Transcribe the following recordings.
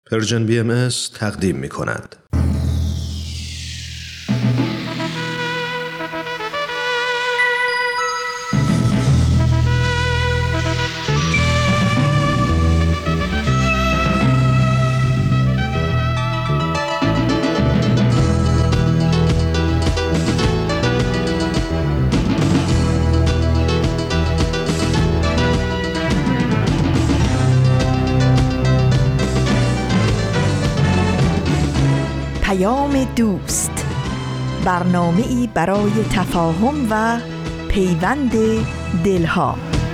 پرژن BMS تقدیم می کند. دوست، برنامه‌ای برای تفاهم و پیوند دلها.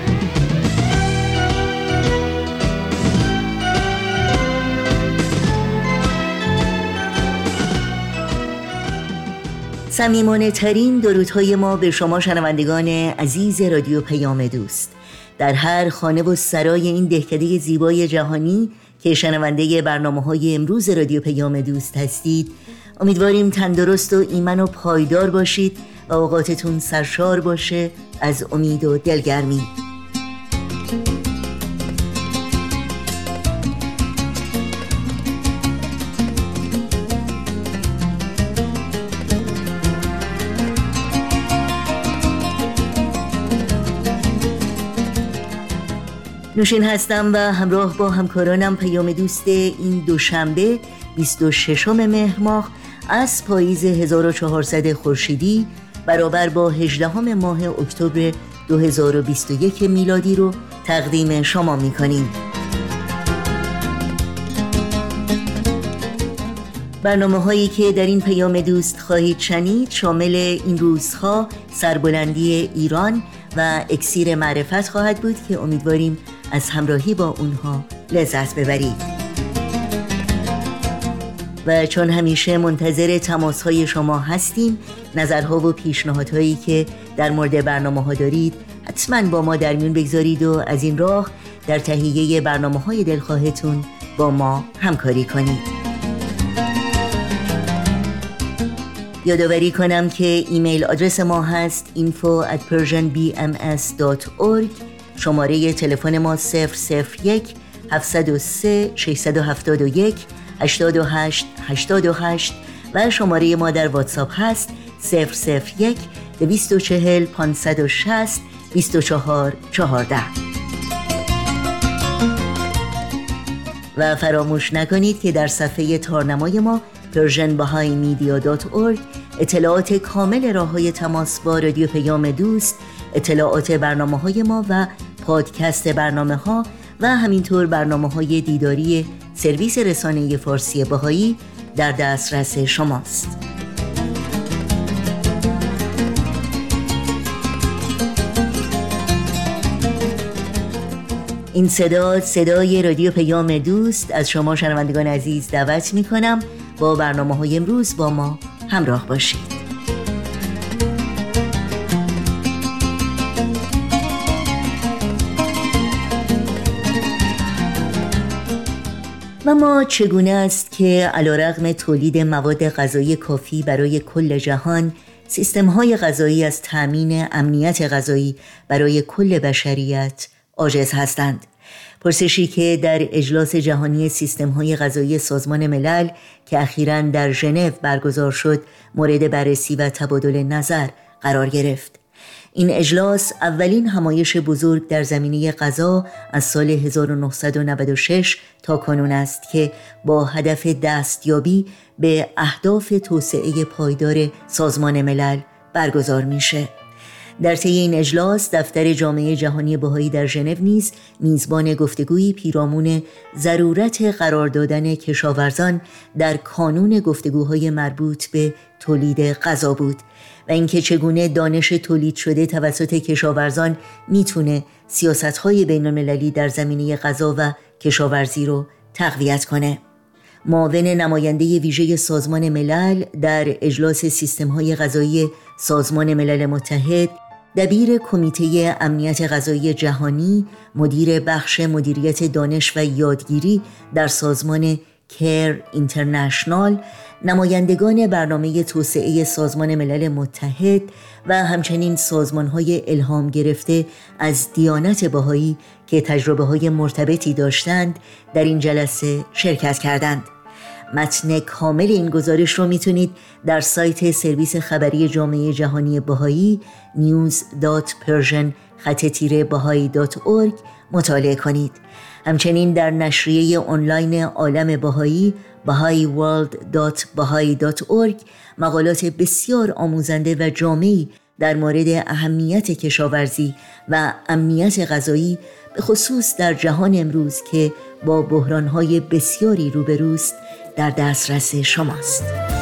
صمیمانه ترین درودهای ما به شما شنوندگان عزیز رادیو پیام دوست در هر خانه و سرای این دهکده زیبای جهانی که شنونده برنامه‌های امروز رادیو پیام دوست هستید. امیدواریم تندرست و ایمن و پایدار باشید و اوقاتتون سرشار باشه از امید و دلگرمی. نوشین هستم و همراه با همکارانم پیام دوست این دوشنبه 26 مهر ماه از پاییز 1400 خورشیدی برابر با 18 ماه اکتبر 2021 میلادی رو تقدیم شما می‌کنیم. برنامه‌هایی که در این پیام دوست خواهید شنید شامل این روزها، سربلندی ایران و اکسیر معرفت خواهد بود که امیدواریم از همراهی با اونها لذت ببرید. و چون همیشه منتظر تماس‌های شما هستیم، نظرها و پیشنهادهایی که در مورد برنامه‌ها دارید حتما با ما در میون بگذارید و از این راه در تهیه برنامه‌های دلخواهتون با ما همکاری کنید. یادآوری کنم که ایمیل آدرس ما هست info@persianbms.org. شماره تلفن ما 001 703 671 88 88 و شماره ما در واتساپ هست 001 240 560 24 14. و فراموش نکنید که در صفحه تارنمای ما persianbahaimedia.org اطلاعات کامل راه‌های تماس با رادیو پیام دوست، اطلاعات برنامه‌های ما و پادکست برنامه‌ها و همینطور برنامه‌های دیداری سرویس رسانه فارسی بهایی در دسترس شماست. این صدای رادیو پیام دوست از شما شنوندگان عزیز دعوت می‌کنم با برنامه‌های امروز با ما همراه باشید. و ما چگونه است که علیرغم تولید مواد غذایی کافی برای کل جهان، سیستم‌های غذایی از تأمین امنیت غذایی برای کل بشریت عاجز هستند؟ پرسشی که در اجلاس جهانی سیستم‌های غذایی سازمان ملل که اخیراً در ژنو برگزار شد مورد بررسی و تبادل نظر قرار گرفت. این اجلاس اولین همایش بزرگ در زمینه غذا از سال 1996 تا کنون است که با هدف دستیابی به اهداف توسعه پایدار سازمان ملل برگزار میشه. در طی این اجلاس دفتر جامعه جهانی بهایی در ژنو نیز میزبان گفتگویی پیرامون ضرورت قرار دادن کشاورزان در کانون گفتگوهای مربوط به تولید غذا بود و اینکه چگونه دانش تولید شده توسط کشاورزان میتونه سیاست‌های بین‌المللی در زمینه غذا و کشاورزی رو تقویت کنه. معاون نماینده ویژه سازمان ملل در اجلاس سیستم‌های غذایی سازمان ملل متحد، دبیر کمیته امنیت غذایی جهانی، مدیر بخش مدیریت دانش و یادگیری در سازمان کیر اینترنشنال، نمایندگان برنامه توسعه سازمان ملل متحد و همچنین سازمان‌های الهام گرفته از دیانت بهایی که تجربه‌های مرتبطی داشتند در این جلسه شرکت کردند. متن کامل این گزارش رو میتونید در سایت سرویس خبری جامعه جهانی بهایی news.persian-bahai.org مطالعه کنید. همچنین در نشریه آنلاین عالم بهایی bahaiworld.bahai.org مقالات بسیار آموزنده و جامعی در مورد اهمیت کشاورزی و امنیت غذایی به خصوص در جهان امروز که با بحران‌های بسیاری روبروست در دسترس شماست.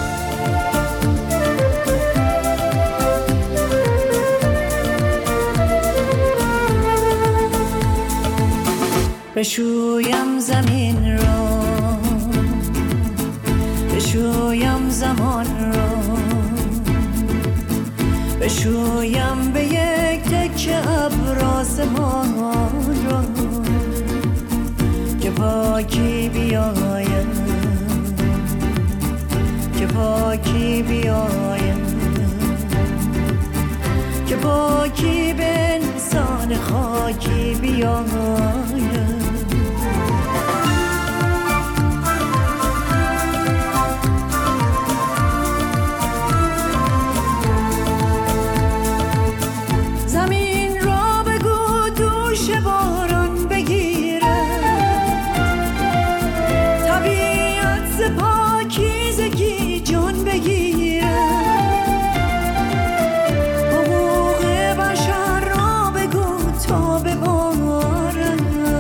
بشویم زمین را، بشویم زمان را، بشویم به یک تکه ابر آسمان را که پاکی بیاید، که پاکی بیاید، که پاکی به انسان خاکی بیاید. زمین را بگو دوش باران بگیره، طبیعت ز پاکیزگی جان بگیره، حقوق بشر را بگو تا ببارن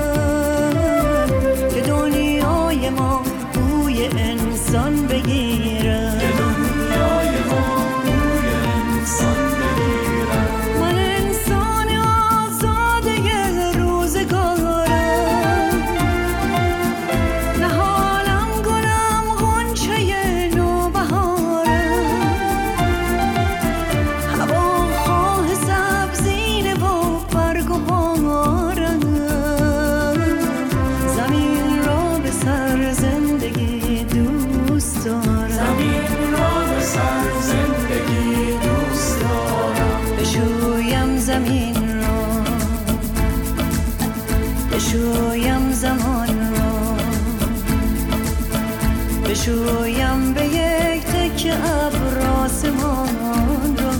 که دنیای ما بوی انسان بگیره، که دنیای ما بوی انسان بگیره. من انسان آزاده روزگارم، نهالم گلم غنچه نوبهارم، هواخواه سبزینه و برگ و بارم، زمین را به سر زندگی دوست دارم، زمین را به سر زندگی دوست دارم. بشویم زمین را، بشویم زمان را، بشویم به یک تکه ابر آسمان را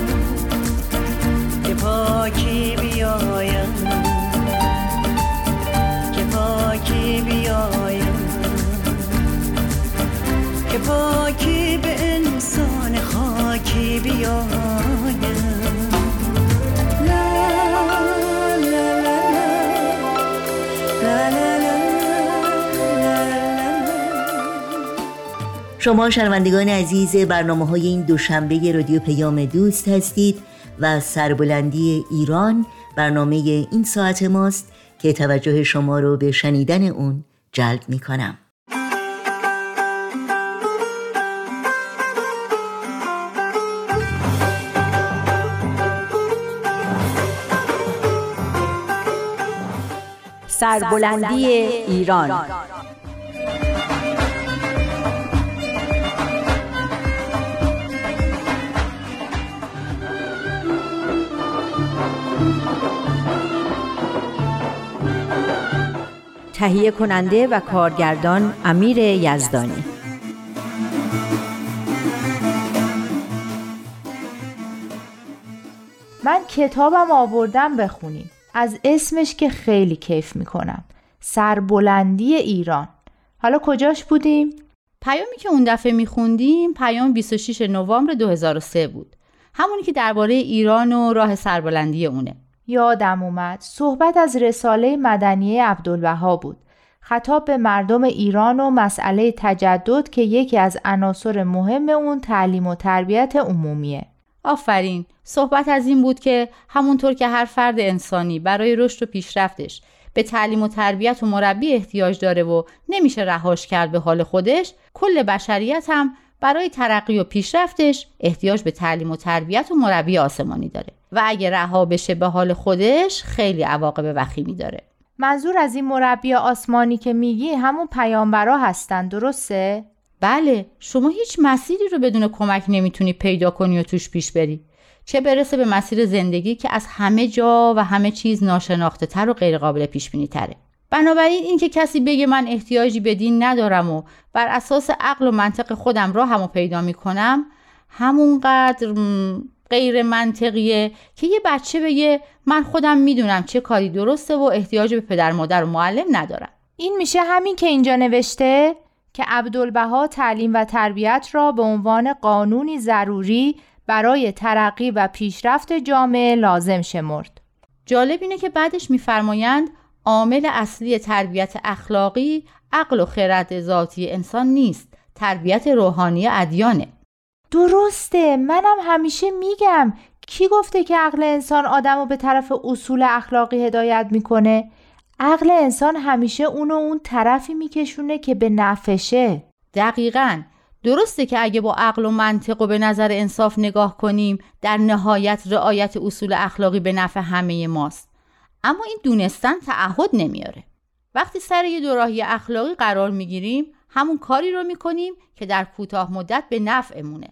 که پاکی بیاید، که پاکی بیاید، که پاکی به انسان خاکی بیاید. لا لا لا لا لا لا لا. شما شنوندگان عزیز برنامه‌های این دوشنبه رادیو پیام دوست هستید و سربلندی ایران برنامه این ساعت ماست که توجه شما رو به شنیدن اون جلب می‌کنم. سربلندی ایران. تهیه کننده و کارگردان امیر یزدانی. من کتابم آوردم بخونیم. از اسمش که خیلی کیف میکنم. سربلندی ایران. حالا کجاش بودیم؟ پیامی که اون دفعه میخوندیم پیام 26 نوامبر 2003 بود. همونی که درباره ایران و راه سربلندی اونه. یادم اومد. صحبت از رساله مدنیه عبدالبها بود. خطاب به مردم ایران و مسئله تجدد که یکی از عناصر مهم اون تعلیم و تربیت عمومیه. آفرین. صحبت از این بود که همونطور که هر فرد انسانی برای رشد و پیشرفتش به تعلیم و تربیت و مربی احتیاج داره و نمیشه رهاش کرد به حال خودش، کل بشریت هم برای ترقی و پیشرفتش احتیاج به تعلیم و تربیت و مربی آسمانی داره و اگه رها بشه به حال خودش خیلی عواقب وخیمی داره. منظور از این مربی آسمانی که میگی همون پیامبرا هستن، درسته؟ بله، شما هیچ مسیری رو بدون کمک نمیتونی پیدا کنی و توش پیش بری، چه برسه به مسیر زندگی که از همه جا و همه چیز ناشناخته تر و غیر قابل پیش بینی تره. بنابراین این که کسی بگه من احتیاجی به دین ندارم و بر اساس عقل و منطق خودم راهمو پیدا میکنم، همونقدر غیر منطقیه که یه بچه بگه من خودم میدونم چه کاری درسته و احتیاج به پدر مادر و معلم ندارم. این میشه همین که اینجا نوشته که عبدالبها تعلیم و تربیت را به عنوان قانونی ضروری برای ترقی و پیشرفت جامعه لازم شمرد. جالب اینه که بعدش میفرمایند عامل اصلی تربیت اخلاقی عقل و خرد ذاتی انسان نیست، تربیت روحانی ادیانه. درسته، منم همیشه میگم کی گفته که عقل انسان آدمو به طرف اصول اخلاقی هدایت میکنه؟ عقل انسان همیشه اون طرفی میکشونه که به نفعشه. دقیقاً. درسته که اگه با عقل و منطق و به نظر انصاف نگاه کنیم در نهایت رعایت اصول اخلاقی به نفع همه ماست، اما این دونستن تعهد نمیاره. وقتی سر یه دوراهی اخلاقی قرار میگیریم همون کاری رو میکنیم که در کوتاه مدت به نفعمونه.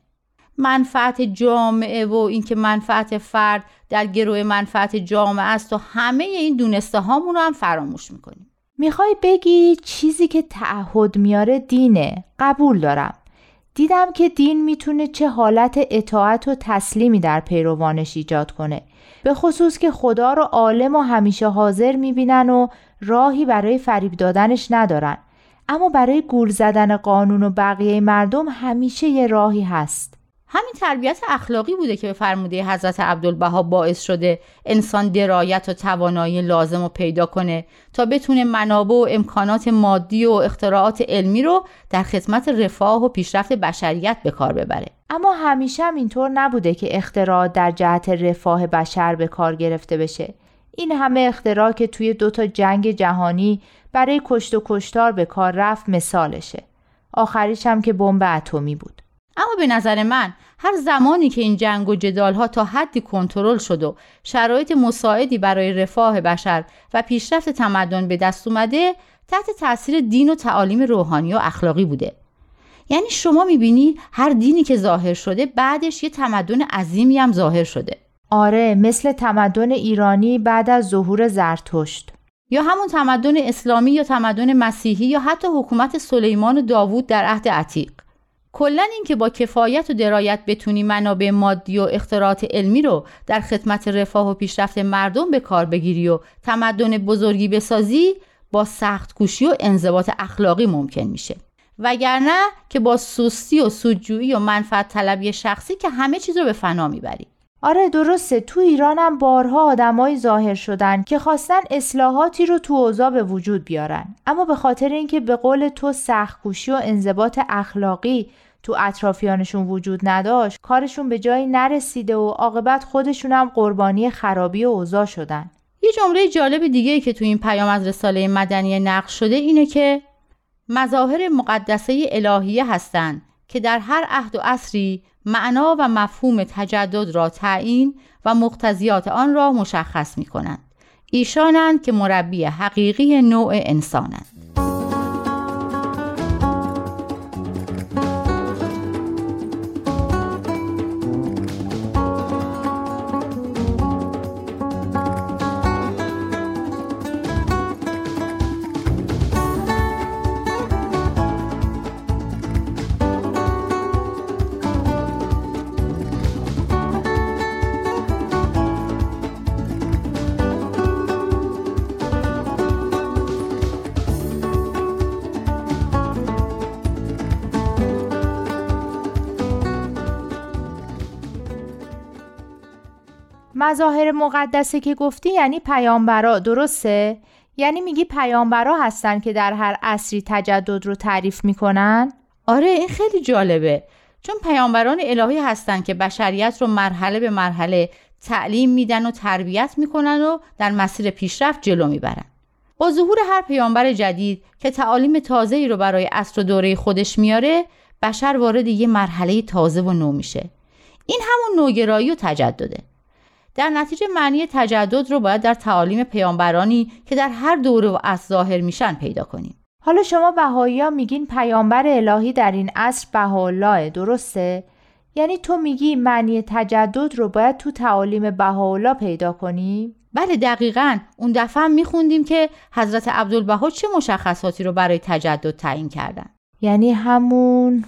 منفعت جامعه و اینکه منفعت فرد در گروه منفعت جامعه است و همه این دونسته هامون رو هم فراموش میکنیم. میخوای بگی چیزی که تعهد میاره دینه؟ قبول دارم. دیدم که دین میتونه چه حالت اطاعت و تسلیمی در پیروانش ایجاد کنه، به خصوص که خدا رو عالم و همیشه حاضر میبینن و راهی برای فریب دادنش ندارن، اما برای گول زدن قانون و بقیه مردم همیشه یه راهی هست. همین تربیت اخلاقی بوده که به فرموده حضرت عبدالبها باعث شده انسان درایت و توانایی لازم رو پیدا کنه تا بتونه منابع و امکانات مادی و اختراعات علمی رو در خدمت رفاه و پیشرفت بشریت به کار ببره. اما همیشه هم اینطور نبوده که اختراعات در جهت رفاه بشر به کار گرفته بشه. این همه اختراع که توی 2 جنگ جهانی برای کشت و کشتار به کار رفت مثالشه. آخریش هم که بمب اتمی بود. اما به نظر من هر زمانی که این جنگ و جدال‌ها تا حدی کنترل شد و شرایط مساعدی برای رفاه بشر و پیشرفت تمدن به دست اومده، تحت تاثیر دین و تعالیم روحانی و اخلاقی بوده. یعنی شما می‌بینی هر دینی که ظاهر شده بعدش یه تمدن عظیمی هم ظاهر شده. آره، مثل تمدن ایرانی بعد از ظهور زرتشت، یا همون تمدن اسلامی یا تمدن مسیحی یا حتی حکومت سلیمان و داوود در عهد عتیق. کلاً این که با کفایت و درایت بتونی منابع مادی و اختراعات علمی رو در خدمت رفاه و پیشرفت مردم به کار بگیری و تمدن بزرگی بسازی، با سخت کوشی و انضباط اخلاقی ممکن میشه، وگرنه که با سستی و سودجویی و منفعت طلبی شخصی که همه چیز رو به فنا میبری. آره درسته، تو ایران هم بارها آدمایی ظاهر شدن که خواستن اصلاحاتی رو تو اوضاع به وجود بیارن، اما به خاطر اینکه به قول تو سخت‌کوشی و انضباط اخلاقی تو اطرافیانشون وجود نداشت، کارشون به جایی نرسیده و عاقبت خودشون هم قربانی خرابی اوضاع شدن. یه جمله جالب دیگه‌ای که تو این پیام از رساله مدنی نقل شده اینه که مظاهر مقدسه الهیه هستند که در هر عهد و عصری معنا و مفهوم تجدد را تعیین و مقتضیات آن را مشخص می‌کنند. ایشانند که مربی حقیقی نوع انسانند. مظاهر مقدسه که گفتی یعنی پیامبرا، درسته؟ یعنی میگی پیامبرا هستن که در هر عصری تجدد رو تعریف میکنن؟ آره، این خیلی جالبه، چون پیامبران الهی هستن که بشریت رو مرحله به مرحله تعلیم میدن و تربیت میکنن و در مسیر پیشرفت جلو میبرن. با ظهور هر پیامبر جدید که تعالیم تازه‌ای رو برای عصر و دوره خودش میاره، بشر وارد یه مرحله تازه و نو میشه. این همون نوگرایی و تجدده. در نتیجه معنی تجدد رو باید در تعالیم پیامبرانی که در هر دوره و عصر ظاهر میشن پیدا کنیم. حالا شما بهائی‌ها میگین پیامبر الهی در این عصر بهاءالله، درسته؟ یعنی تو میگی معنی تجدد رو باید تو تعالیم بهاءالله پیدا کنیم؟ بله دقیقاً. اون دفعه هم میخوندیم که حضرت عبدالبها چه مشخصاتی رو برای تجدد تعیین کردن. یعنی همون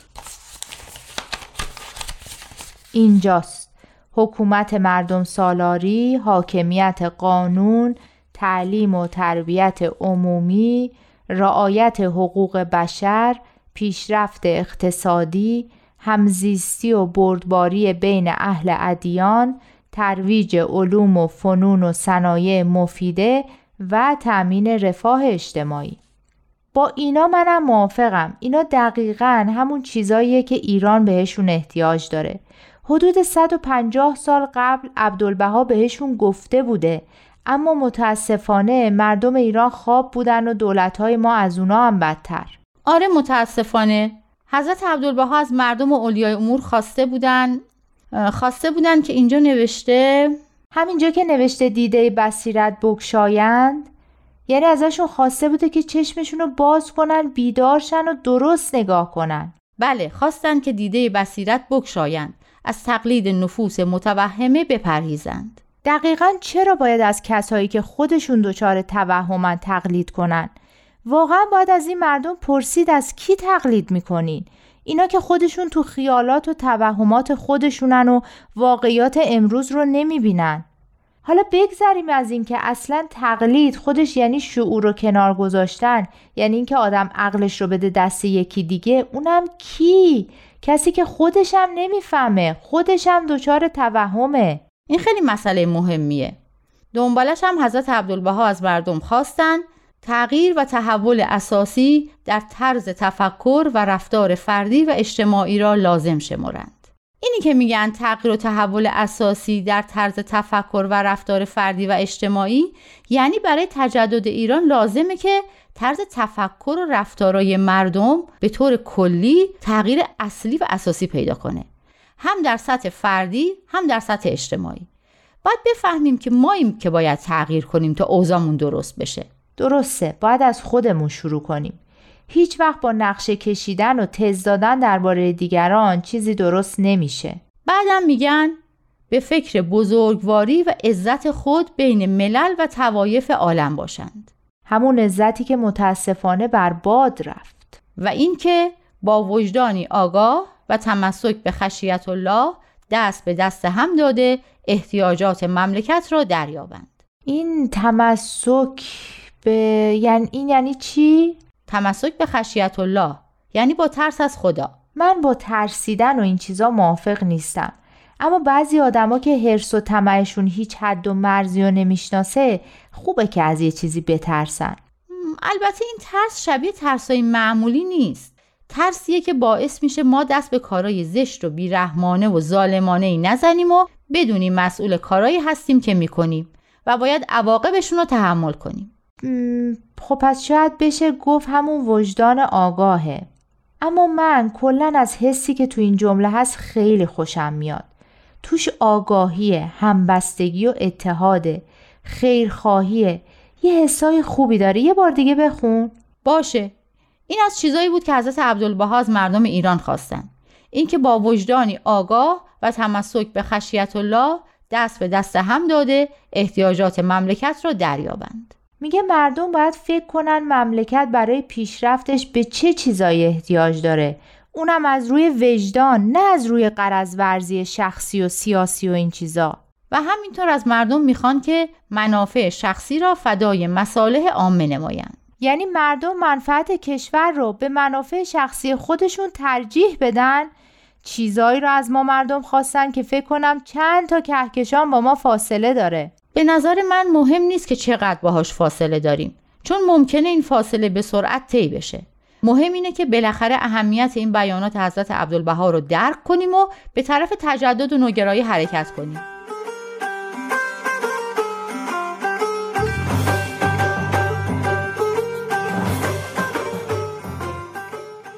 اینجاست: حکومت مردم سالاری، حاکمیت قانون، تعلیم و تربیت عمومی، رعایت حقوق بشر، پیشرفت اقتصادی، همزیستی و بردباری بین اهل ادیان، ترویج علوم و فنون و صنایع مفیده و تأمین رفاه اجتماعی. با اینا منم موافقم. اینا دقیقاً همون چیزاییه که ایران بهشون احتیاج داره. حدود 150 سال قبل عبدالبها بهشون گفته بوده، اما متاسفانه مردم ایران خواب بودن و دولت‌های ما از اونا هم بدتر. آره متاسفانه. حضرت عبدالبها از مردم و اولیای امور خواسته بودن که اینجا نوشته، همینجا که نوشته دیده بصیرت بگشایند، یعنی ازشون خواسته بوده که چشمشون رو باز کنن، بیدارشن و درست نگاه کنن. بله، خواستن که دیده بصیرت بگشایند، از تقلید نفوس متوهمه بپرهیزند. دقیقاً چرا باید از کسایی که خودشون دچار توهمن تقلید کنن؟ واقعا باید از این مردم پرسید از کی تقلید میکنین؟ اینا که خودشون تو خیالات و توهمات خودشونن و واقعیات امروز رو نمیبینن. حالا بگذریم از این که اصلا تقلید خودش یعنی شعور رو کنار گذاشتن، یعنی این که آدم عقلش رو بده دست یکی دیگه. اونم کی؟ کسی که خودش هم نمیفهمه، خودش هم دچار توهمه. این خیلی مسئله مهمیه. دنبالش هم حضرت عبدالبها از مردم خواستن تغییر و تحول اساسی در طرز تفکر و رفتار فردی و اجتماعی را لازم شمارند. اینی که میگن تغییر و تحول اساسی در طرز تفکر و رفتار فردی و اجتماعی، یعنی برای تجدد ایران لازمه که طرز تفکر و رفتارهای مردم به طور کلی تغییر اصلی و اساسی پیدا کنه، هم در سطح فردی هم در سطح اجتماعی. باید بفهمیم که ماییم که باید تغییر کنیم تا اوضاعمون درست بشه. درسته، باید از خودمون شروع کنیم. هیچ وقت با نقشه کشیدن و تز دادن درباره دیگران چیزی درست نمیشه. بعدم میگن به فکر بزرگواری و عزت خود بین ملل و طوایف عالم باشند. همون عزتی که متاسفانه بر باد رفت. و اینکه با وجدانی آگاه و تمسک به خشیت الله دست به دست هم داده احتیاجات مملکت را دریابند. این تمسک به یعنی چی؟ تمسک به خشیت الله یعنی با ترس از خدا. من با ترسیدن و این چیزا موافق نیستم، اما بعضی آدما که حرص و طمعشون هیچ حد و مرزی رو نمیشناسه خوبه که از یه چیزی بترسن. البته این ترس شبیه ترسای معمولی نیست. ترسیه که باعث میشه ما دست به کارهای زشت و بیرحمانه و ظالمانه‌ای نزنیم و بدونیم مسئول کارهایی هستیم که میکنیم و باید عواقبشون رو تحمل کنیم. خب پس شاید بشه گفت همون وجدان آگاهه. اما من کلن از حسی که تو این جمله هست خیلی خوشم میاد. توش آگاهیه، همبستگی و اتحاده، خیرخواهیه، یه حسای خوبی داره. یه بار دیگه بخون. باشه. این از چیزایی بود که حضرت عبدالبها از مردم ایران خواستن. این که با وجدانی آگاه و تمسک به خشیت الله دست به دست هم داده احتیاجات مملکت را دریابند. میگه مردم باید فکر کنن مملکت برای پیشرفتش به چه چیزایی احتیاج داره، اونم از روی وجدان، نه از روی غرض ورزی شخصی و سیاسی و این چیزا. و همینطور از مردم میخوان که منافع شخصی را فدای مصالح عامه نمایند. یعنی مردم منفعت کشور رو به منافع شخصی خودشون ترجیح بدن. چیزایی رو از ما مردم خواستن که فکر کنم چند تا کهکشان با ما فاصله داره. به نظر من مهم نیست که چقدر باهاش فاصله داریم، چون ممکنه این فاصله به سرعت طی بشه. مهم اینه که بالاخره اهمیت این بیانات حضرت عبدالبها رو درک کنیم و به طرف تجدد و نوگرایی حرکت کنیم.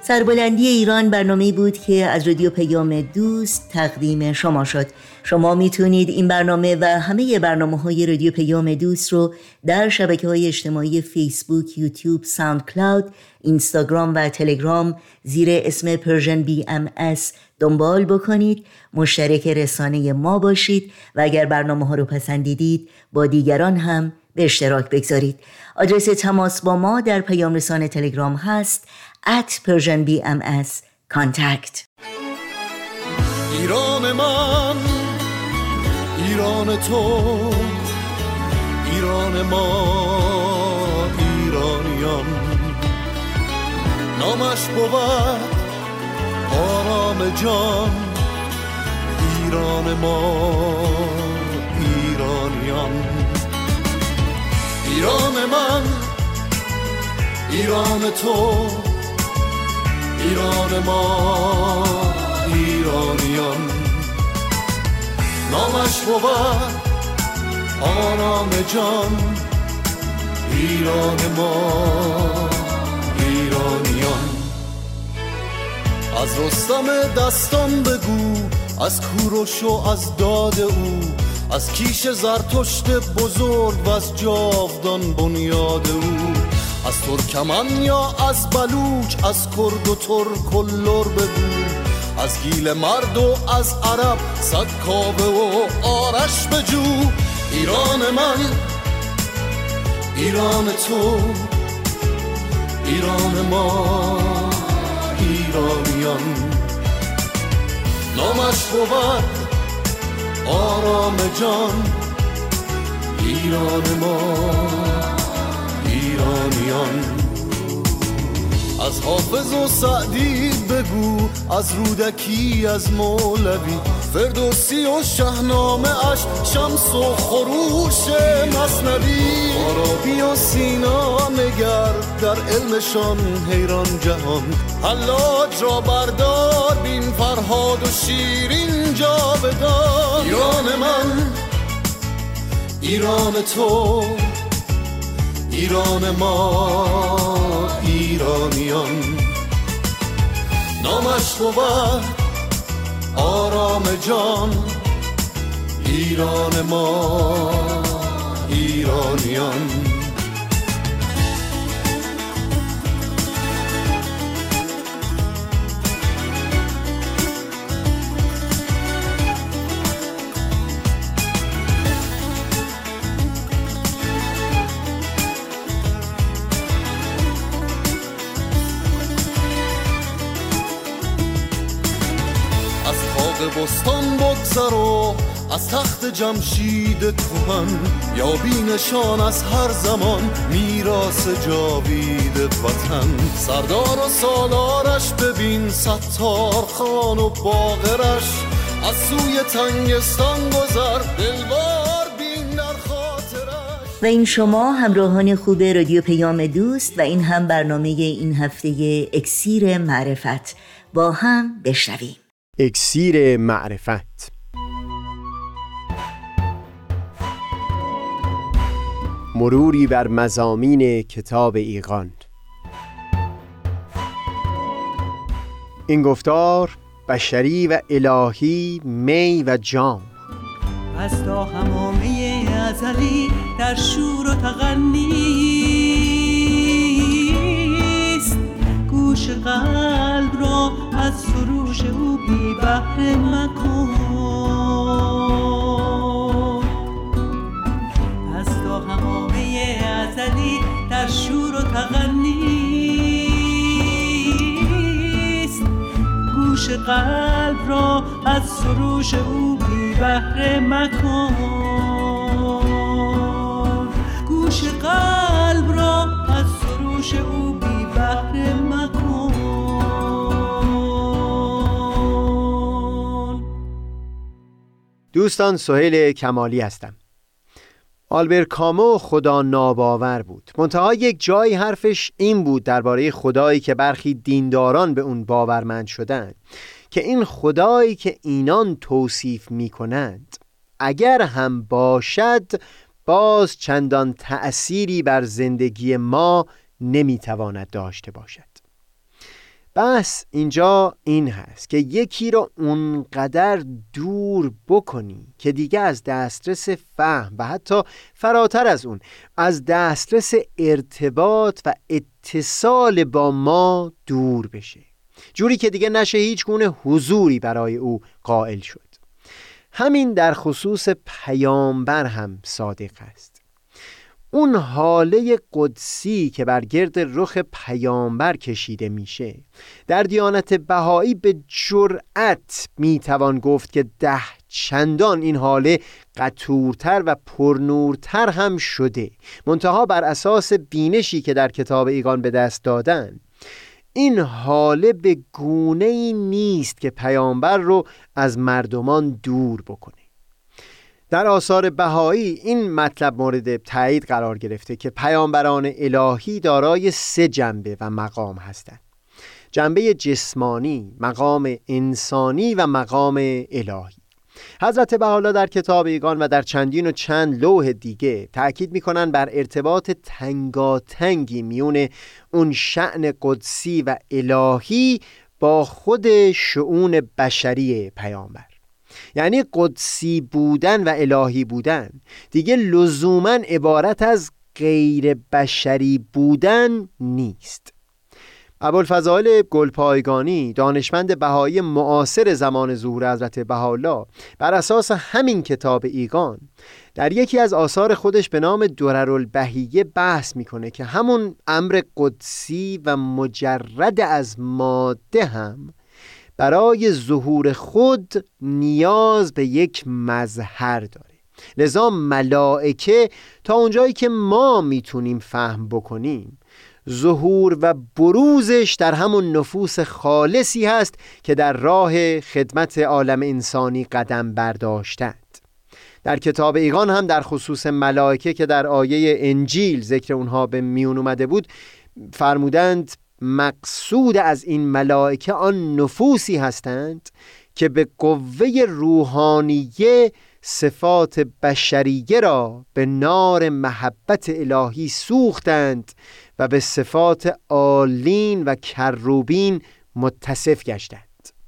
سربلندی ایران برنامه‌ای بود که از رادیو پیام دوست تقدیم شما شد. شما میتونید این برنامه و همه برنامه‌های رادیو پیام دوست رو در شبکه‌های اجتماعی فیسبوک، یوتیوب، ساوند کلاود، اینستاگرام و تلگرام زیر اسم پرژن BMS دنبال بکنید، مشترک رسانه ما باشید و اگر برنامه‌ها رو پسندیدید با دیگران هم به اشتراک بگذارید. آدرس تماس با ما در پیام رسانه تلگرام هست @PersianBMS contact. ایران من، ایران تو، ایران ما ایرانیان، نامش بود آرام جان، ایران ما ایرانیان. ایران من، ایران تو، ایران ما ایرانیان، نامش بود آرام جان، ایران ما ایرانیان. از رستم دستان بگو، از کوروش و از داد او، از کیش زرتشت بزرگ و از جاودان بنیاد او، از ترکمن یا از بلوچ، از کرد و ترک و لر بگو، از گیل مرد و از عرب صد کاوه و آرش بجو. ایران من، ایران تو، ایران ما ایرانیان، نامش بود آرام جان، ایران ما ایرانیان. از حافظ و سعدی بگو، از رودکی، از مولوی، فردوسی و شاهنامه اش، شمس و خروش مثنوی، فارابی و سینا نگر، در علمشان حیران جهان، حلاج را بردار بین، فرهاد و شیرین جاودان. ایران من، ایران تو، ایران ما ایرانیان، نامش بود آرام جان، ایران ما ایرانیان. بستان بگذر و از تخت جمشید کهن، یا بینشان از هر زمان میراث جاوید وطن. سردار و سالارش ببین، ستار خان و باقرش، از سوی تنگستان گذر، دلوار بین در خاطرش. و این شما همراهان خوب رادیو پیام دوست و این هم برنامه این هفته اکسیر معرفت. با هم بشنویم. اکسیر معرفت. مروری بر مضامین کتاب ایقان. این گفتار بشری و الهی، می و جام، از تا همامه ازلی در شور و تغنیست، گوش قلب را از سروش او بی بهره مکن. از تا همامه ازلی در شور و تغنیست، گوش قلب را از سروش او بی بهره مکن. گوش قلب را از سروش او بی بهره مکن. دوستان، سهیل کمالی هستم. آلبر کامو خدا ناباور بود، منتها یک جای حرفش این بود درباره خدایی که برخی دینداران به اون باورمند شدند، که این خدایی که اینان توصیف می کنند اگر هم باشد، باز چندان تأثیری بر زندگی ما نمی تواند داشته باشد. بس اینجا این هست که یکی رو اونقدر دور بکنی که دیگه از دسترس فهم و حتی فراتر از اون از دسترس ارتباط و اتصال با ما دور بشه، جوری که دیگه نشه هیچ گونه حضوری برای او قائل شد. همین در خصوص پیامبر هم صادق است. اون حاله قدسی که بر گرد رخ پیامبر کشیده میشه در دیانت بهایی به جرأت میتوان گفت که 10 چندان این حاله قطورتر و پرنورتر هم شده، منتها بر اساس بینشی که در کتاب ایقان به دست دادن این حاله به گونه‌ای نیست که پیامبر رو از مردمان دور بکنه. در آثار بهایی این مطلب مورد تایید قرار گرفته که پیامبران الهی دارای 3 جنبه و مقام هستند: جنبه جسمانی، مقام انسانی و مقام الهی. حضرت بهاءالله در کتاب ایقان و در چندین و چند لوح دیگه تأکید میکنن بر ارتباط تنگاتنگی میون اون شأن قدسی و الهی با خود شؤون بشری پیامبر. یعنی قدسی بودن و الهی بودن دیگه لزوماً عبارت از غیر بشری بودن نیست. ابوالفضائل گلپایگانی، دانشمند بهایی معاصر زمان ظهور حضرت بهاءالله، بر اساس همین کتاب ایقان در یکی از آثار خودش به نام دررالبهیه بحث میکنه که همون امر قدسی و مجرد از ماده هم برای ظهور خود نیاز به یک مظهر داره. لذا ملائکه تا اونجایی که ما میتونیم فهم بکنیم ظهور و بروزش در همون نفوس خالصی هست که در راه خدمت عالم انسانی قدم برداشتند. در کتاب ایقان هم در خصوص ملائکه که در آیه انجیل ذکر اونها به میون اومده بود فرمودند مقصود از این ملائکه آن نفوسی هستند که به قوه روحانیه صفات بشریه را به نار محبت الهی سوختند و به صفات عالین و کروبین متصف گشتند.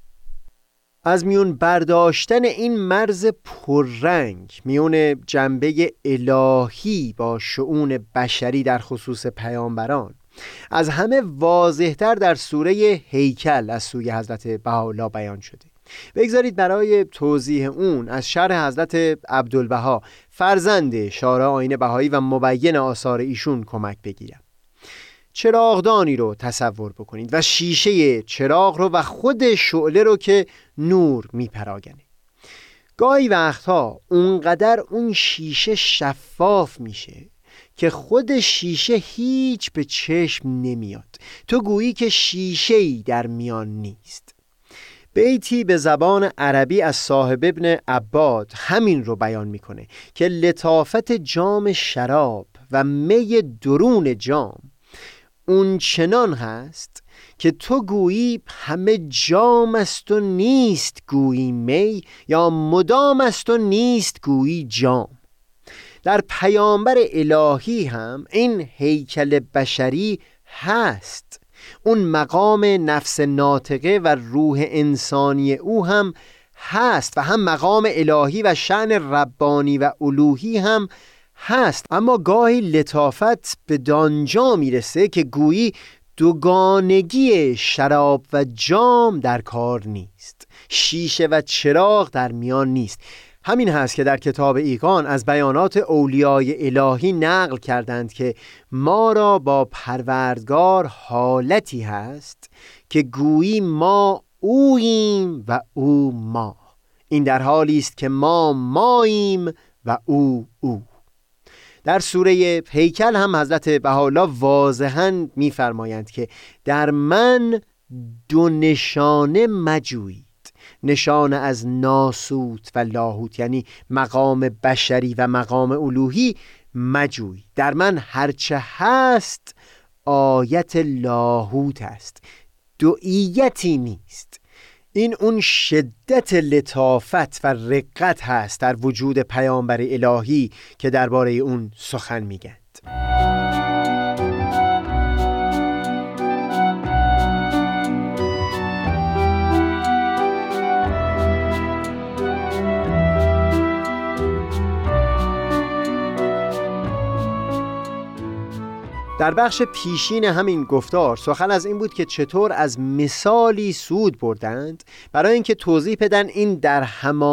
از میون برداشتن این مرز پررنگ میون جنبه الهی با شؤون بشری در خصوص پیامبران از همه واضح‌تر در سوره هیکل از سوی حضرت بهاءالله بیان شده. بگذارید برای توضیح اون از شرح حضرت عبدالبها فرزند شارع آیین بهایی و مبین آثار ایشون کمک بگیرم. چراغدانی رو تصور بکنید و شیشه چراغ رو و خود شعله رو که نور میپراگنه. گاهی وقتها اونقدر اون شیشه شفاف میشه که خود شیشه هیچ به چشم نمیاد، تو گویی که شیشه‌ای در میان نیست. بیتی به زبان عربی از صاحب ابن عباد همین رو بیان میکنه که لطافت جام شراب و می درون جام اون چنان هست که تو گویی همه جام است و نیست گویی می، یا مدام است و نیست گویی جام. در پیامبر الهی هم این هیکل بشری هست، اون مقام نفس ناطقه و روح انسانی او هم هست و هم مقام الهی و شأن ربانی و الوهی هم هست. اما گاهی لطافت به دانجا میرسه که گویی دوگانگی شراب و جام در کار نیست، شیشه و چراغ در میان نیست. همین هست که در کتاب ایقان از بیانات اولیای الهی نقل کردند که ما را با پروردگار حالتی هست که گویی ما اوییم و او ما. این در حالی است که ما ماییم و او. در سوره هیکل هم حضرت بهاءالله واضحاً می‌فرمایند که در من 2 نشانه مجویید، نشانه از ناسوت و لاهوت، یعنی مقام بشری و مقام الوهی مجوی. در من هرچه هست آیت لاهوت است، دوئیتی نیست. این اون شدت لطافت و رقت هست در وجود پیامبر الهی که درباره اون سخن میگند. در بخش پیشین همین گفتار سخن از این بود که چطور از مثالی سود بردند برای اینکه توضیح بدن این در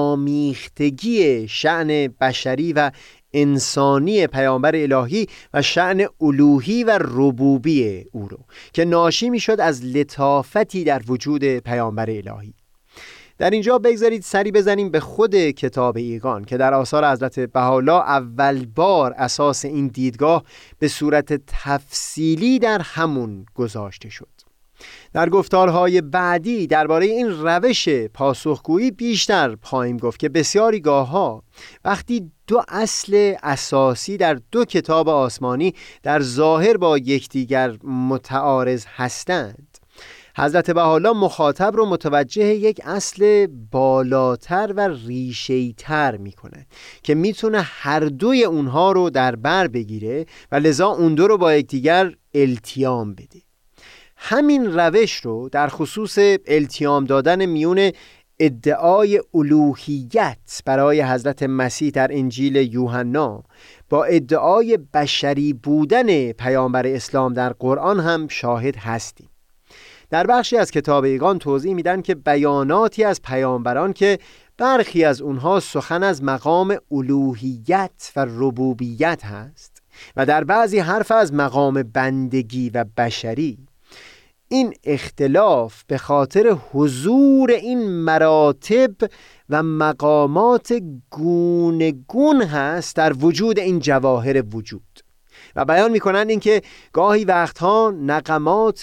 همامیختگی شأن بشری و انسانی پیامبر الهی و شأن الوهی و ربوبی او رو که ناشی می شد از لطافتی در وجود پیامبر الهی. در اینجا بگذارید سری بزنیم به خود کتاب ایقان که در آثار حضرت بهاءالله اول بار اساس این دیدگاه به صورت تفصیلی در همون گذاشته شد. در گفتارهای بعدی درباره این روش پاسخگویی بیشتر خواهیم گفت که بسیاری گاه‌ها وقتی دو اصل اساسی در دو کتاب آسمانی در ظاهر با یکدیگر متعارض هستند، حضرت بهاءالله مخاطب رو متوجه یک اصل بالاتر و ریشه‌ای‌تر میکنه که میتونه هر دوی اونها رو در بر بگیره و لذا اون دو رو با یکدیگر التیام بده. همین روش رو در خصوص التیام دادن میون ادعای الوهیت برای حضرت مسیح در انجیل یوحنا با ادعای بشری بودن پیامبر اسلام در قرآن هم شاهد هستیم. در بخشی از کتاب ایقان توضیح میدن که بیاناتی از پیامبران که برخی از اونها سخن از مقام الوهیت و ربوبیت هست و در بعضی حرف از مقام بندگی و بشری، این اختلاف به خاطر حضور این مراتب و مقامات گونگون هست در وجود این جواهر وجود و بیان میکنند اینکه گاهی وقتها نغمات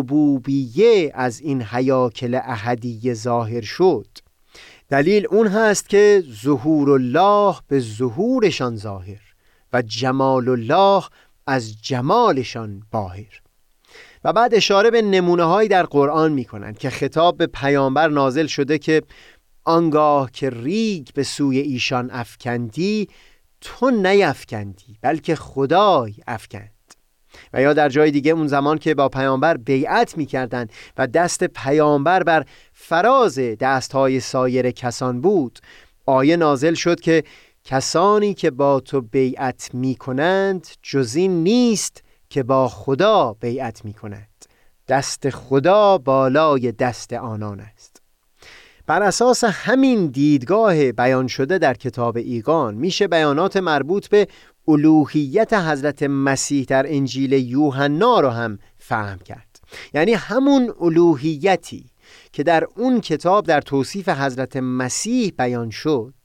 ربوبیه از این هیاکل احدیه ظاهر شد. دلیل اون هست که ظهور الله به ظهورشان ظاهر و جمال الله از جمالشان باهر. و بعد اشاره به نمونه هایی در قرآن میکنند که خطاب به پیامبر نازل شده که آنگاه که ریگ به سوی ایشان افکندی تو نیفکندی بلکه خدای افکند. و یا در جای دیگه اون زمان که با پیامبر بیعت میکردند و دست پیامبر بر فراز دستهای سایر کسان بود، آیه نازل شد که کسانی که با تو بیعت میکنند جز این نیست که با خدا بیعت میکنند، دست خدا بالای دست آنان است. بر اساس همین دیدگاه بیان شده در کتاب ایقان میشه بیانات مربوط به الوهیت حضرت مسیح در انجیل یوحنا رو هم فهم کرد. یعنی همون الوهیتی که در اون کتاب در توصیف حضرت مسیح بیان شد،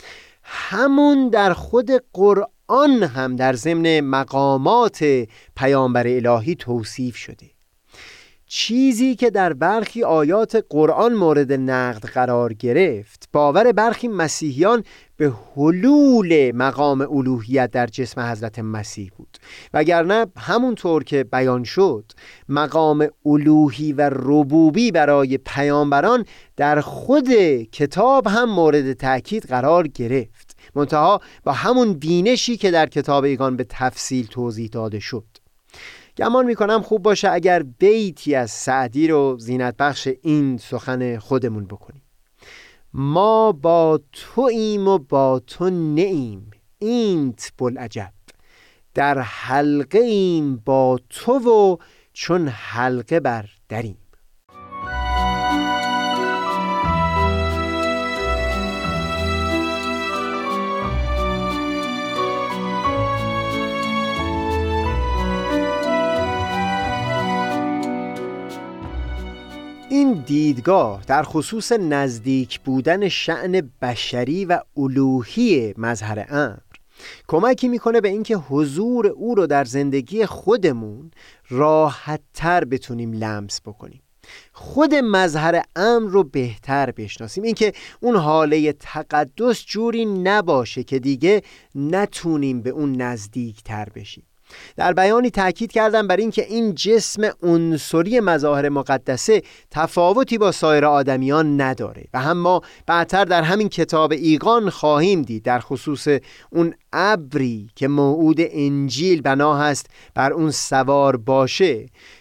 همون در خود قرآن هم در ضمن مقامات پیامبر الهی توصیف شده. چیزی که در برخی آیات قرآن مورد نقد قرار گرفت، باور برخی مسیحیان به حلول مقام الوهیت در جسم حضرت مسیح بود، وگرنه همونطور که بیان شد مقام الوهی و ربوبی برای پیامبران در خود کتاب هم مورد تأکید قرار گرفت، منتها با همون بینشی که در کتاب ایقان به تفصیل توضیح داده شد. گمان میکنم خوب باشه اگر بیتی از سعدی رو زینت بخش این سخن خودمون بکنیم. ما با تو ایم و با تو نیم، اینت بوالعجب، در حلقه ایم با تو و چون حلقه بر دریم. این دیدگاه در خصوص نزدیک بودن شأن بشری و الوهی مظهر امر کمکی میکنه به اینکه حضور او رو در زندگی خودمون راحت تر بتونیم لمس بکنیم، خود مظهر امر رو بهتر بشناسیم، اینکه اون حاله تقدس جوری نباشه که دیگه نتونیم به اون نزدیک تر بشیم. در بیانی تأکید کردم بر این که این جسم عنصری مظاهر مقدسه تفاوتی با سایر آدمیان نداره و هم ما بعدتر در همین کتاب ایقان خواهیم دید در خصوص اون ابری که موعود انجیل بنا هست بر اون سوار باشه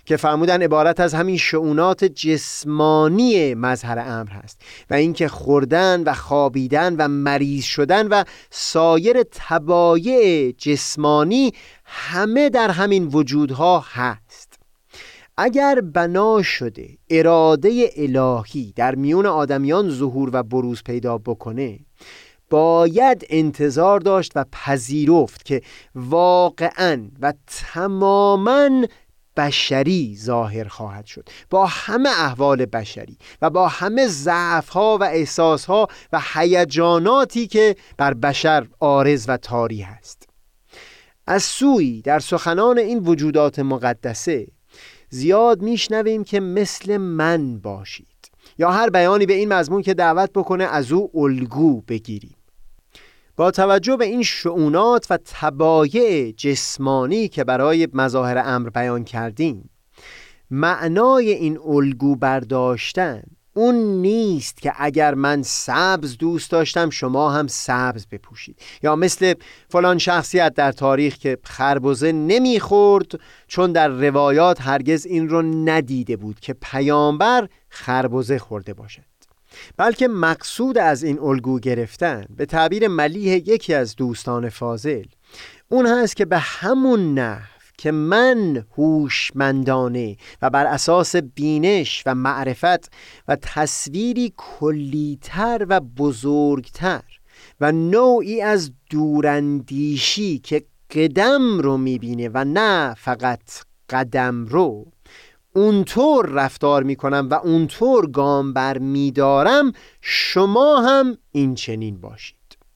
که فرمودن عبارت از همین شؤونات جسمانی مظهر امر هست و اینکه خوردن و خوابیدن و مریض شدن و سایر طبایع جسمانی همه در همین وجودها هست. اگر بنا شده اراده الهی در میون آدمیان ظهور و بروز پیدا بکنه، باید انتظار داشت و پذیرفت که واقعاً و تماماً بشری ظاهر خواهد شد، با همه احوال بشری و با همه ضعف‌ها و احساس‌ها و هیجاناتی که بر بشر عارض و طاری هست. از سوی در سخنان این وجودات مقدسه زیاد میشنویم که مثل من باشید، یا هر بیانی به این مضمون که دعوت بکنه از او الگو بگیریم. با توجه به این شؤونات و طبایع جسمانی که برای مظاهر امر بیان کردیم، معنای این الگو برداشتن اون نیست که اگر من سبز دوست داشتم شما هم سبز بپوشید، یا مثل فلان شخصیت در تاریخ که خربزه نمیخورد چون در روایات هرگز این رو ندیده بود که پیامبر خربزه خورده باشد. بلکه مقصود از این الگو گرفتن به تعبیر ملیح یکی از دوستان فاضل اون هست که به همون نحو که من هوشمندانه و بر اساس بینش و معرفت و تصویری کلیتر و بزرگتر و نوعی از دوراندیشی که قدم رو میبینه و نه فقط قدم رو، اونطور رفتار میکنم و اونطور گام بر میدارم، شما هم این چنین باشید.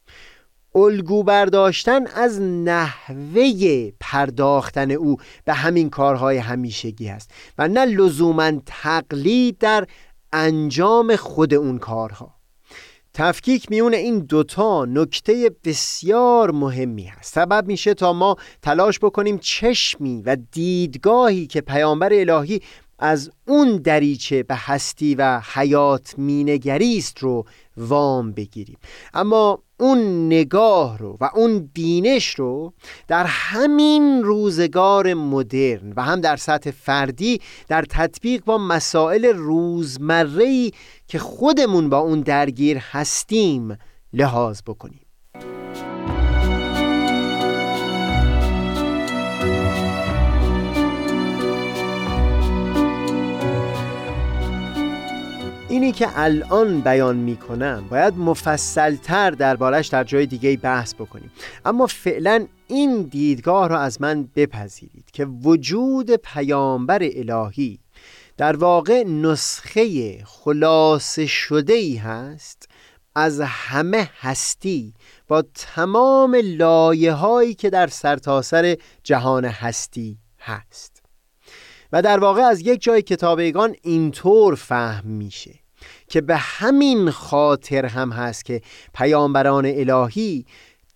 الگو برداشتن از نحوه پرداختن او به همین کارهای همیشگی است و نه لزوماً تقلید در انجام خود اون کارها. تفکیک میون این دوتا نکته بسیار مهمی هست. سبب میشه تا ما تلاش بکنیم چشمی و دیدگاهی که پیامبر الهی از اون دریچه به هستی و حیات مینگریست رو وام بگیریم، اما اون نگاه رو و اون بینش رو در همین روزگار مدرن و هم در سطح فردی در تطبیق با مسائل روزمره‌ای که خودمون با اون درگیر هستیم لحاظ بکنیم. اینی که الان بیان میکنم باید مفصلتر دربارش در جای دیگه بحث بکنیم، اما فعلا این دیدگاه رو از من بپذیرید که وجود پیامبر الهی در واقع نسخه خلاصه شده‌ای هست از همه هستی با تمام لایه‌هایی که در سرتاسر جهان هستی هست. و در واقع از یک جای کتابیگان اینطور فهم میشه که به همین خاطر هم هست که پیامبران الهی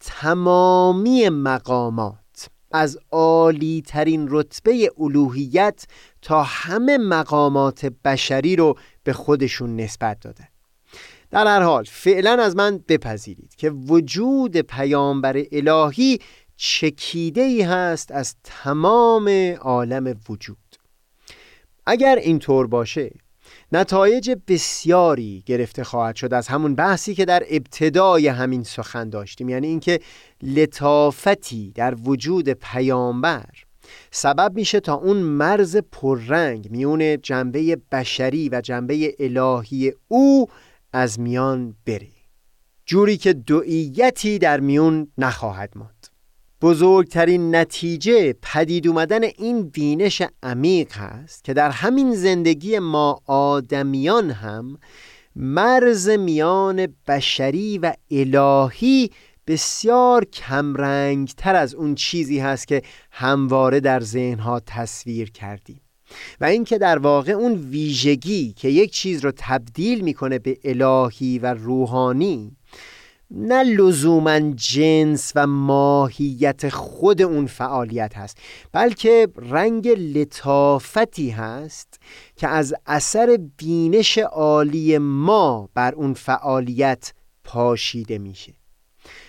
تمامی مقامات از عالی ترین رتبه الوهیت تا همه مقامات بشری رو به خودشون نسبت دادن. در هر حال فعلا از من بپذیرید که وجود پیامبر الهی چکیده‌ای هست از تمام عالم وجود. اگر اینطور باشه نتایج بسیاری گرفته خواهد شد از همون بحثی که در ابتدای همین سخن داشتیم، یعنی اینکه لطافتی در وجود پیامبر سبب میشه تا اون مرز پررنگ میون جنبه بشری و جنبه الهی او از میان بره، جوری که دوئیتی در میون نخواهد ماند. بزرگترین نتیجه پدید اومدن این بینش عمیق هست که در همین زندگی ما آدمیان هم مرز میان بشری و الهی بسیار کمرنگ تر از اون چیزی هست که همواره در ذهنها تصویر کردیم، و این که در واقع اون ویژگی که یک چیز رو تبدیل میکنه به الهی و روحانی نه لزوماً جنس و ماهیت خود اون فعالیت هست، بلکه رنگ لطافتی هست که از اثر بینش عالی ما بر اون فعالیت پاشیده میشه.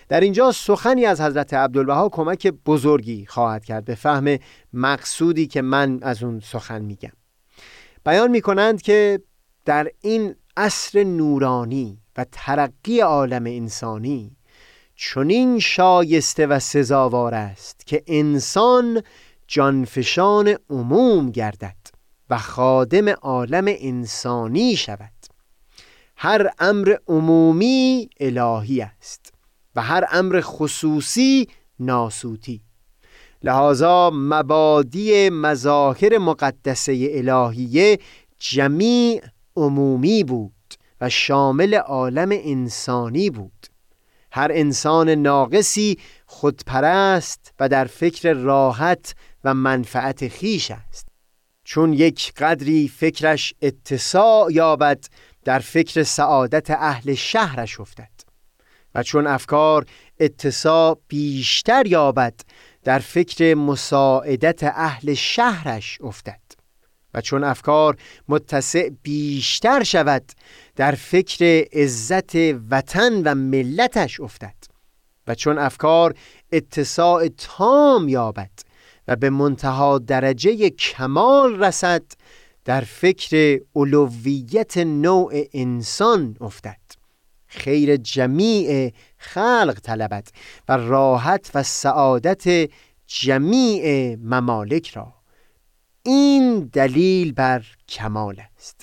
در اینجا سخنی از حضرت عبدالبها کمک بزرگی خواهد کرد به فهم مقصودی که من از اون سخن میگم. بیان میکنند که در این عصر نورانی و ترقی عالم انسانی چنین شایسته و سزاوار است که انسان جانفشان عموم گردد و خادم عالم انسانی شود. هر امر عمومی الهی است و هر امر خصوصی ناسوتی. لذا مبادی مظاهر مقدسه الهیه جمیع عمومی بود و شامل عالم انسانی بود. هر انسان ناقصی خودپرست و در فکر راحت و منفعت خیش است. چون یک قدری فکرش اتساع یابد در فکر سعادت اهل شهرش افتد و چون افکار اتساع بیشتر یابد در فکر مساعدت اهل شهرش افتد و چون افکار متسع بیشتر شود در فکر عزت وطن و ملتش افتد و چون افکار اتساع تام یابد و به منتها درجه کمال رسد در فکر اولویت نوع انسان افتد، خیر جمیع خلق طلبد و راحت و سعادت جمیع ممالک را. این دلیل بر کمال است.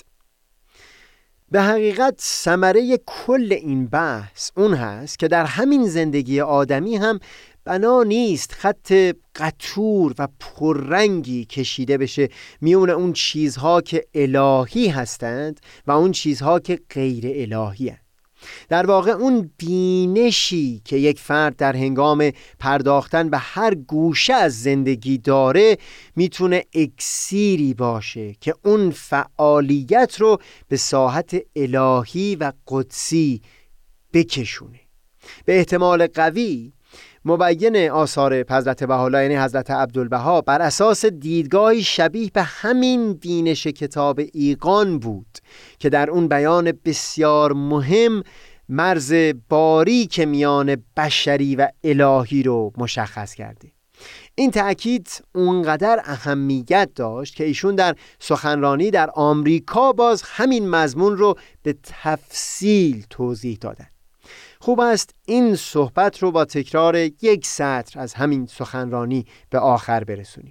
به حقیقت ثمره کل این بحث اون هست که در همین زندگی آدمی هم بنا نیست خط قطور و پررنگی کشیده بشه میون اون چیزها که الهی هستند و اون چیزها که غیر الهی هستند. در واقع اون بینشی که یک فرد در هنگام پرداختن به هر گوشه از زندگی داره میتونه اکسیری باشه که اون فعالیت رو به ساحت الهی و قدسی بکشونه. به احتمال قوی مبین آثار حضرت بهاءالله یعنی حضرت عبدالبها بر اساس دیدگاهی شبیه به همین بینش کتاب ایقان بود که در اون بیان بسیار مهم مرز باریک میان بشری و الهی رو مشخص کرده. این تأکید اونقدر اهمیت داشت که ایشون در سخنرانی در آمریکا باز همین مضمون رو به تفصیل توضیح دادن. خوب است این صحبت رو با تکرار یک سطر از همین سخنرانی به آخر برسونیم.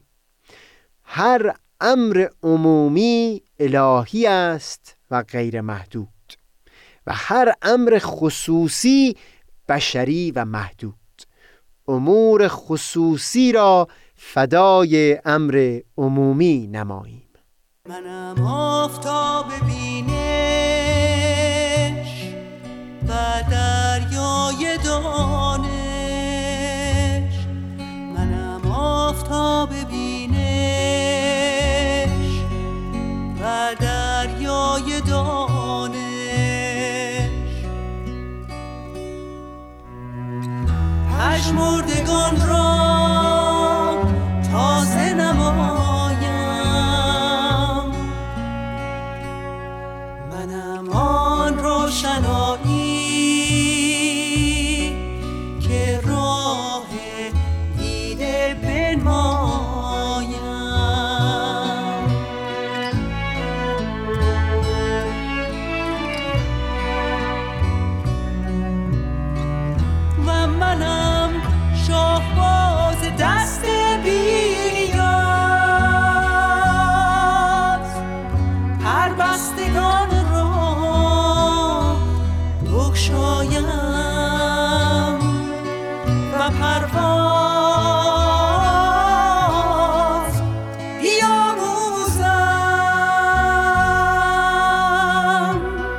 هر امر عمومی الهی است و غیر محدود و هر امر خصوصی بشری و محدود. امور خصوصی را فدای امر عمومی نماییم. منم آفتاب بینش و دریای دانش، منم آفتاب بینش و دریای دانش، پژمردگان را تازه نمایم، منم آن روشنایی که راه دیده بنمایم، و منم شاهباز دست بی‌نیاز، هر بستگان را بگشایم و پرواز بیاموزم.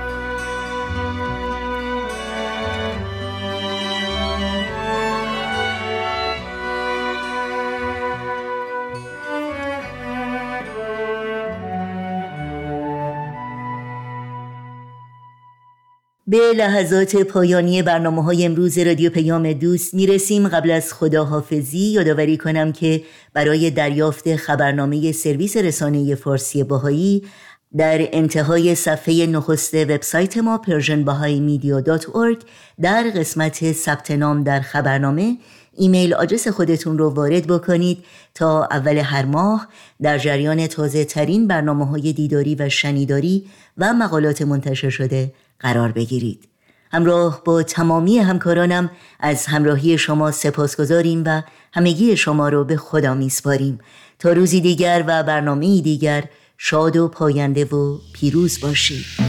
به لحظات پایانی برنامه‌های امروز رادیو پیام دوست میرسیم. قبل از خداحافظی یادآوری کنم که برای دریافت خبرنامه سرویس رسانه فارسی باهایی در انتهای صفحه نخست وبسایت ما persianbahaimedia.org در قسمت ثبت نام در خبرنامه ایمیل آدرس خودتون رو وارد بکنید تا اول هر ماه در جریان تازه ترین برنامه‌های دیداری و شنیداری و مقالات منتشر شده قرار بگیرید. همراه با تمامی همکارانم از همراهی شما سپاسگزاریم و همگی شما رو به خدا میسپاریم تا روزی دیگر و برنامه‌ای دیگر شاد و پاینده و پیروز باشید.